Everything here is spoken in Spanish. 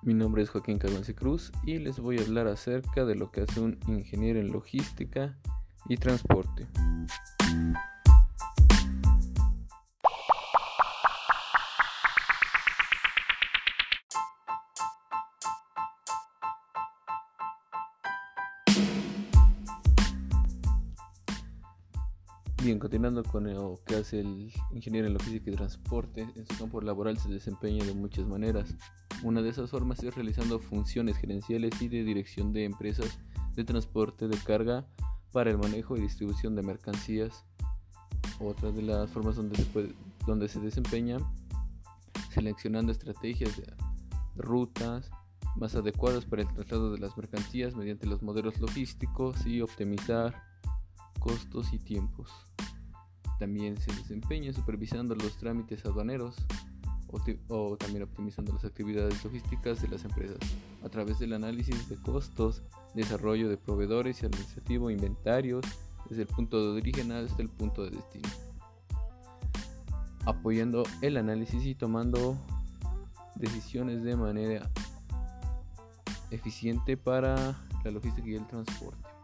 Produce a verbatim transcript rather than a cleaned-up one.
Mi nombre es Joaquín Carvence Cruz y les voy a hablar acerca de lo que hace un ingeniero en logística y transporte. Bien, continuando con lo que hace el ingeniero en logística y transporte, en su campo laboral se desempeña de muchas maneras. Una de esas formas es realizando funciones gerenciales y de dirección de empresas de transporte de carga para el manejo y distribución de mercancías. Otra de las formas donde se, puede, donde se desempeña seleccionando estrategias de rutas más adecuadas para el traslado de las mercancías mediante los modelos logísticos y optimizar costos y tiempos. También se desempeña supervisando los trámites aduaneros o, te, o también optimizando las actividades logísticas de las empresas a través del análisis de costos, desarrollo de proveedores y administrativo, inventarios, desde el punto de origen hasta el punto de destino, apoyando el análisis y tomando decisiones de manera eficiente para la logística y el transporte.